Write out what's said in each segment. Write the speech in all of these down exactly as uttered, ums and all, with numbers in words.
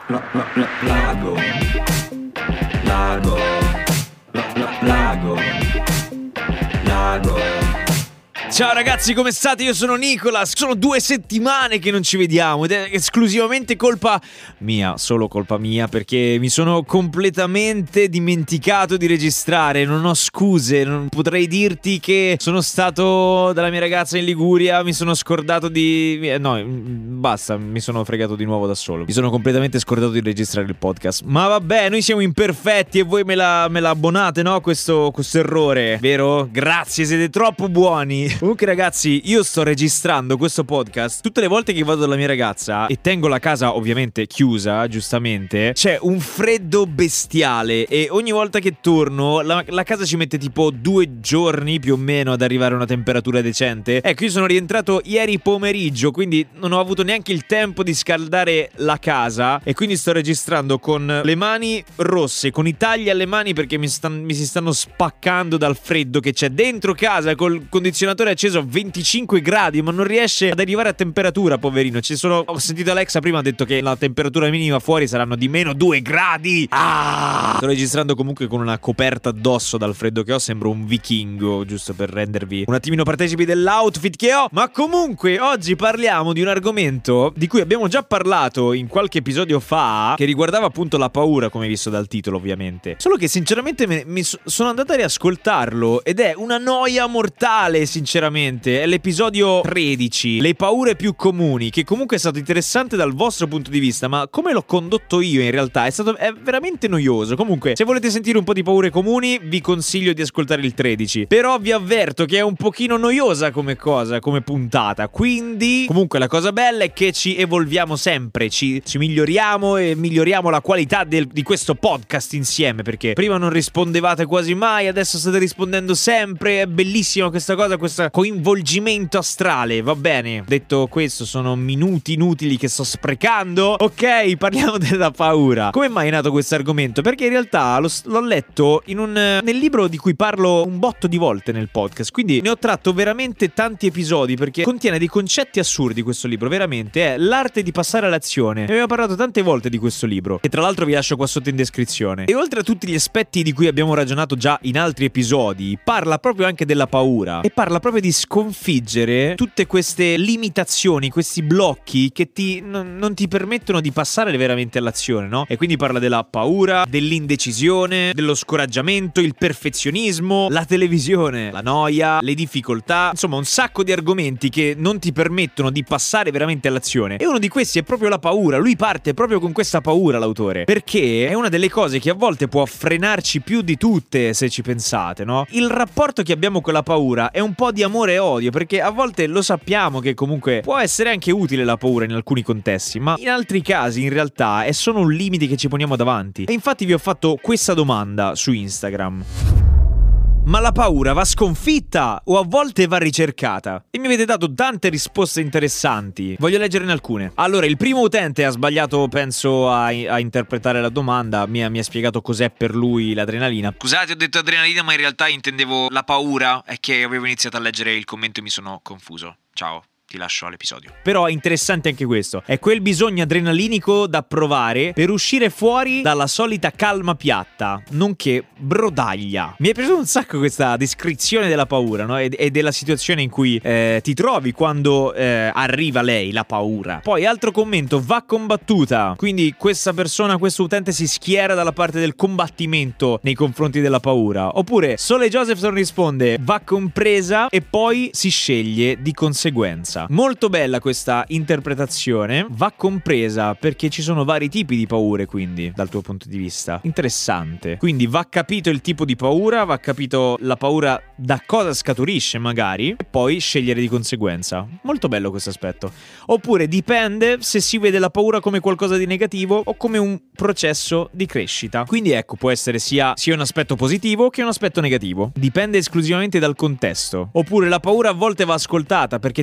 la, la, la, lago, lago, la, la, lago, lago. Ciao ragazzi, come state? Io sono Nicolas. Sono due settimane che non ci vediamo ed è esclusivamente colpa mia, solo colpa mia, perché mi sono completamente dimenticato di registrare. Non ho scuse, non potrei dirti che sono stato dalla mia ragazza in Liguria, mi sono scordato di... No, basta, mi sono fregato di nuovo da solo. Mi sono completamente scordato di registrare il podcast. Ma vabbè, noi siamo imperfetti e voi me la, me la abbonate, no? Questo, questo errore, vero? Grazie, siete troppo buoni. Comunque ragazzi, io sto registrando questo podcast tutte le volte che vado dalla mia ragazza e tengo la casa ovviamente chiusa, giustamente. C'è un freddo bestiale e ogni volta che torno la, la casa ci mette tipo due giorni più o meno ad arrivare a una temperatura decente. Ecco, io sono rientrato ieri pomeriggio, quindi non ho avuto neanche il tempo di scaldare la casa e quindi sto registrando con le mani rosse, con i tagli alle mani perché mi, stan, mi si stanno spaccando dal freddo che c'è dentro casa col condizionatore acceso a venticinque gradi, ma non riesce ad arrivare a temperatura, poverino. Ci sono... Ho sentito Alexa prima, ha detto che la temperatura minima fuori saranno di meno due gradi. Ah! Sto registrando comunque con una coperta addosso dal freddo che ho, sembro un vichingo, giusto per rendervi un attimino partecipi dell'outfit che ho. Ma comunque oggi parliamo di un argomento di cui abbiamo già parlato in qualche episodio fa, che riguardava appunto la paura, come visto dal titolo ovviamente. Solo che sinceramente me, mi so, sono andato a riascoltarlo ed è una noia mortale, sinceramente. È l'episodio tredici, le paure più comuni, che comunque è stato interessante dal vostro punto di vista, ma come l'ho condotto io in realtà è stato è veramente noioso. Comunque, se volete sentire un po' di paure comuni, vi consiglio di ascoltare il tredici. Però vi avverto che è un pochino noiosa come cosa, come puntata. Quindi, comunque la cosa bella è che ci evolviamo sempre, ci, ci miglioriamo e miglioriamo la qualità del, di questo podcast insieme, perché prima non rispondevate quasi mai, adesso state rispondendo sempre. È bellissima questa cosa, questa coinvolgimento astrale. Va bene, detto questo, sono minuti inutili che sto sprecando. Ok, parliamo della paura. Come mai è nato questo argomento? Perché in realtà lo, l'ho letto in un, nel libro di cui parlo un botto di volte nel podcast, quindi ne ho tratto veramente tanti episodi, perché contiene dei concetti assurdi questo libro. Veramente è l'arte di passare all'azione. Ne abbiamo parlato tante volte di questo libro, che tra l'altro vi lascio qua sotto in descrizione. E oltre a tutti gli aspetti di cui abbiamo ragionato già in altri episodi, parla proprio anche della paura e parla proprio di sconfiggere tutte queste limitazioni, questi blocchi che ti n- non ti permettono di passare veramente all'azione, no? E quindi parla della paura, dell'indecisione, dello scoraggiamento, il perfezionismo, la televisione, la noia, le difficoltà, insomma un sacco di argomenti che non ti permettono di passare veramente all'azione. E uno di questi è proprio la paura. Lui parte proprio con questa paura, l'autore, perché è una delle cose che a volte può frenarci più di tutte, se ci pensate, no? Il rapporto che abbiamo con la paura è un po' di amore e odio, perché a volte lo sappiamo che comunque può essere anche utile la paura in alcuni contesti, ma in altri casi in realtà è solo un limite che ci poniamo davanti. E infatti vi ho fatto questa domanda su Instagram: ma la paura va sconfitta o a volte va ricercata? E mi avete dato tante risposte interessanti. Voglio leggerne alcune. Allora, il primo utente ha sbagliato, penso, a, a interpretare la domanda. Mi ha, mi ha spiegato cos'è per lui l'adrenalina. Scusate, ho detto adrenalina, ma in realtà intendevo la paura. È che avevo iniziato a leggere il commento e mi sono confuso. Ciao. Ti lascio all'episodio. Però è interessante anche questo. È quel bisogno adrenalinico da provare per uscire fuori dalla solita calma piatta, nonché brodaglia. Mi è piaciuta un sacco questa descrizione della paura, no? E, e della situazione in cui eh, ti trovi quando eh, arriva lei, la paura. Poi altro commento: va combattuta. Quindi questa persona, questo utente si schiera dalla parte del combattimento nei confronti della paura. Oppure Sole Josephson risponde: va compresa e poi si sceglie di conseguenza. Molto bella questa interpretazione. Va compresa perché ci sono vari tipi di paure, quindi dal tuo punto di vista interessante. Quindi va capito il tipo di paura, va capito la paura da cosa scaturisce magari, e poi scegliere di conseguenza. Molto bello questo aspetto. Oppure dipende se si vede la paura come qualcosa di negativo o come un processo di crescita. Quindi ecco, può essere sia, sia un aspetto positivo che un aspetto negativo. Dipende esclusivamente dal contesto. Oppure la paura a volte va ascoltata perché ti mette in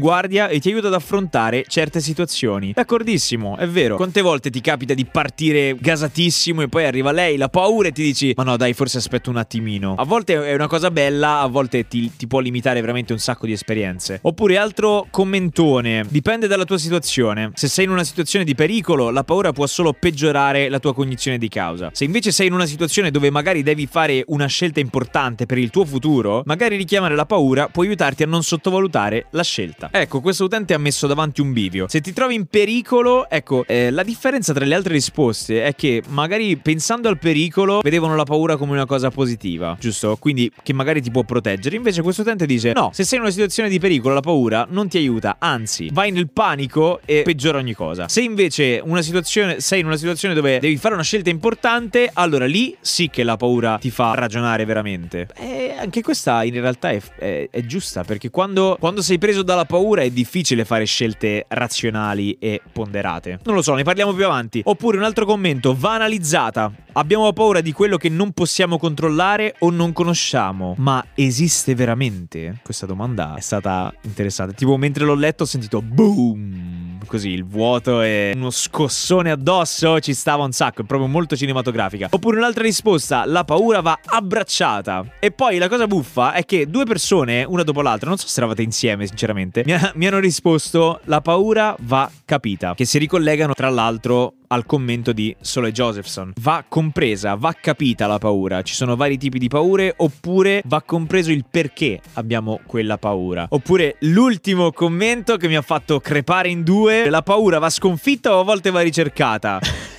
guardia e ti aiuta ad affrontare certe situazioni. D'accordissimo, è vero. Quante volte ti capita di partire gasatissimo e poi arriva lei, la paura, e ti dici ma no dai, forse aspetto un attimino. A volte è una cosa bella, a volte ti, ti può limitare veramente un sacco di esperienze. Oppure altro commentone: dipende dalla tua situazione. Se sei in una situazione di pericolo, la paura può solo peggiorare la tua cognizione di causa. Se invece sei in una situazione dove magari devi fare una scelta importante per il tuo futuro, magari richiamare la paura può aiutarti a non sottovalutare la scelta. Ecco, questo utente ha messo davanti un bivio. Se ti trovi in pericolo, ecco, eh, la differenza tra le altre risposte è che magari pensando al pericolo vedevano la paura come una cosa positiva, giusto? Quindi che magari ti può proteggere. Invece questo utente dice no, se sei in una situazione di pericolo la paura non ti aiuta, anzi vai nel panico e peggiora ogni cosa. Se invece una situazione sei in una situazione dove devi fare una scelta importante, allora lì sì che la paura ti fa ragionare veramente. E anche questa in realtà è, è, è giusta, perché quando, quando sei preso dalla paura è difficile fare scelte razionali e ponderate. Non lo so, ne parliamo più avanti. Oppure un altro commento: va analizzata. Abbiamo paura di quello che non possiamo controllare o non conosciamo. Ma esiste veramente? Questa domanda è stata interessante. Tipo, mentre l'ho letto ho sentito boom, così il vuoto e uno scossone addosso. Ci stava un sacco, è proprio molto cinematografica. Oppure un'altra risposta: la paura va abbracciata. E poi la cosa buffa è che due persone, una dopo l'altra, non so se eravate insieme sinceramente, mi, ha, mi hanno risposto la paura va capita, che si ricollegano tra l'altro al commento di Sole Josephson. Va compresa, va capita la paura. Ci sono vari tipi di paure. Oppure va compreso il perché abbiamo quella paura. Oppure l'ultimo commento che mi ha fatto crepare in due: la paura va sconfitta o a volte va ricercata?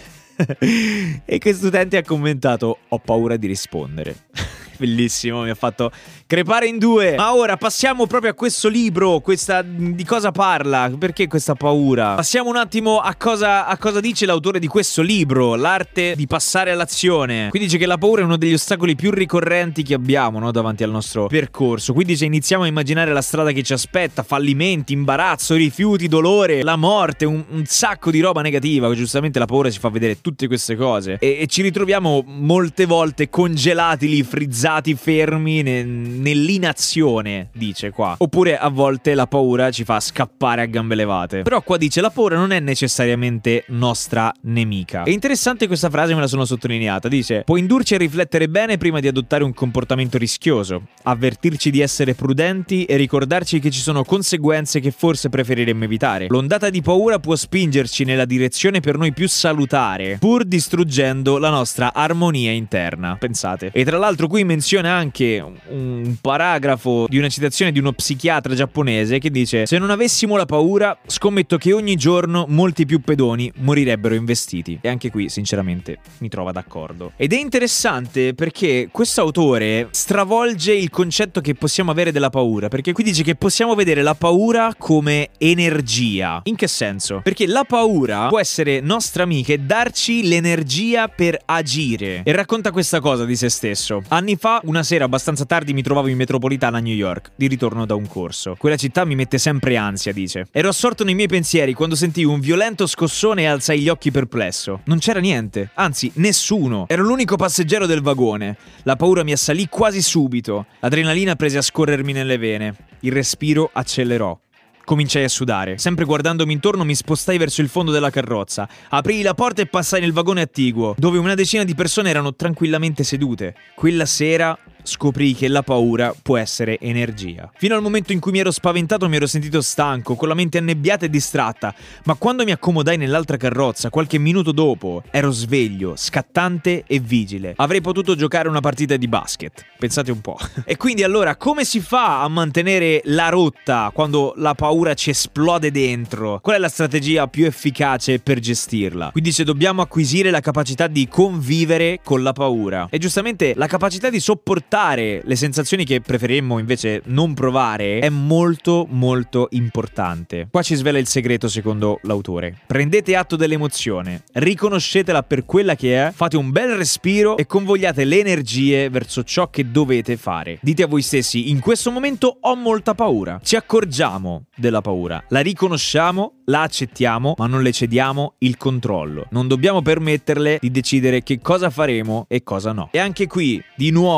E questo utente ha commentato: ho paura di rispondere. Bellissimo, mi ha fatto crepare in due. Ma ora passiamo proprio a questo libro. Questa, di cosa parla? Perché questa paura? Passiamo un attimo a cosa, a cosa dice l'autore di questo libro, L'arte di passare all'azione. Qui dice che la paura è uno degli ostacoli più ricorrenti che abbiamo, no, davanti al nostro percorso. Qui dice iniziamo a immaginare la strada che ci aspetta: fallimenti, imbarazzo, rifiuti, dolore, la morte, un, un sacco di roba negativa. Giustamente la paura ci fa vedere tutte queste cose e, e ci ritroviamo molte volte congelati lì, frizzati, fermi ne, nell'inazione, dice qua. Oppure a volte la paura ci fa scappare a gambe levate. Però qua dice la paura non è necessariamente nostra nemica. È interessante questa frase, me la sono sottolineata. Dice: può indurci a riflettere bene prima di adottare un comportamento rischioso, avvertirci di essere prudenti e ricordarci che ci sono conseguenze che forse preferiremmo evitare. L'ondata di paura può spingerci nella direzione per noi più salutare, pur distruggendo la nostra armonia interna. Pensate. E tra l'altro qui menziona anche un paragrafo di una citazione di uno psichiatra giapponese che dice: se non avessimo la paura, scommetto che ogni giorno molti più pedoni morirebbero investiti. E anche qui sinceramente mi trova d'accordo. Ed è interessante perché questo autore stravolge il concetto che possiamo avere della paura, perché qui dice che possiamo vedere la paura come energia. In che senso? Perché la paura può essere nostra amica e darci l'energia per agire. E racconta questa cosa di se stesso: anni fa, una sera abbastanza tardi, mi trovavo in metropolitana a New York, di ritorno da un corso. Quella città mi mette sempre ansia, dice. Ero assorto nei miei pensieri quando sentii un violento scossone e alzai gli occhi perplesso. Non c'era niente, anzi nessuno. Ero l'unico passeggero del vagone. La paura mi assalì quasi subito. L'adrenalina prese a scorrermi nelle vene. Il respiro accelerò. Cominciai a sudare. Sempre guardandomi intorno mi spostai verso il fondo della carrozza. Aprii la porta e passai nel vagone attiguo, dove una decina di persone erano tranquillamente sedute. Quella sera scoprii che la paura può essere energia. Fino al momento in cui mi ero spaventato mi ero sentito stanco, con la mente annebbiata e distratta, ma quando mi accomodai nell'altra carrozza, qualche minuto dopo, ero sveglio, scattante e vigile. Avrei potuto giocare una partita di basket. Pensate un po'. E quindi allora come si fa a mantenere la rotta quando la paura ci esplode dentro? Qual è la strategia più efficace per gestirla? Qui dice: dobbiamo acquisire la capacità di convivere con la paura. E giustamente la capacità di sopportare le sensazioni che preferimmo invece non provare è molto molto importante. Qua ci svela il segreto secondo l'autore. Prendete atto dell'emozione, riconoscetela per quella che è, fate un bel respiro e convogliate le energie verso ciò che dovete fare. Dite a voi stessi: in questo momento ho molta paura. Ci accorgiamo della paura, la riconosciamo, la accettiamo, ma non le cediamo il controllo. Non dobbiamo permetterle di decidere che cosa faremo e cosa no. E anche qui, di nuovo,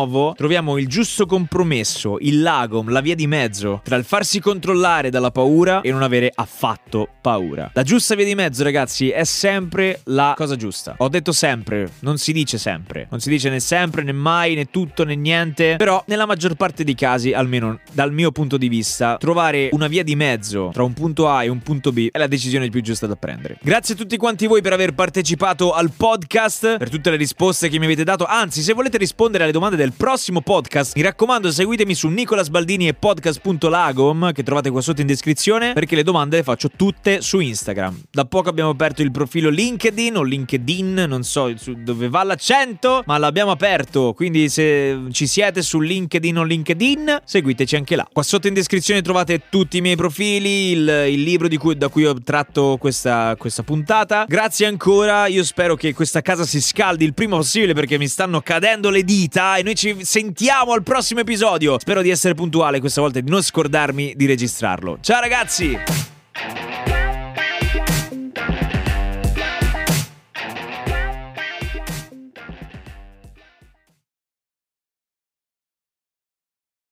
troviamo il giusto compromesso, il lagom, la via di mezzo tra il farsi controllare dalla paura e non avere affatto paura. La giusta via di mezzo, ragazzi, è sempre la cosa giusta. Ho detto sempre, non si dice sempre. Non si dice né sempre, né mai, né tutto, né niente. Però nella maggior parte dei casi, almeno dal mio punto di vista, trovare una via di mezzo tra un punto A e un punto B è la decisione più giusta da prendere. Grazie a tutti quanti voi per aver partecipato al podcast, per tutte le risposte che mi avete dato. Anzi, se volete rispondere alle domande del prossimo podcast, mi raccomando, seguitemi su Nicolas Baldini e podcast punto lagom, che trovate qua sotto in descrizione, perché le domande le faccio tutte su Instagram. Da poco abbiamo aperto il profilo LinkedIn o LinkedIn, non so su dove va l'accento, ma l'abbiamo aperto, quindi se ci siete su LinkedIn o LinkedIn, seguiteci anche là. Qua sotto in descrizione trovate tutti i miei profili, il, il libro di cui, da cui ho tratto questa, questa puntata. Grazie ancora, io spero che questa casa si scaldi il prima possibile perché mi stanno cadendo le dita e noi ci sentiamo al prossimo episodio. Spero di essere puntuale questa volta e di non scordarmi di registrarlo. Ciao ragazzi!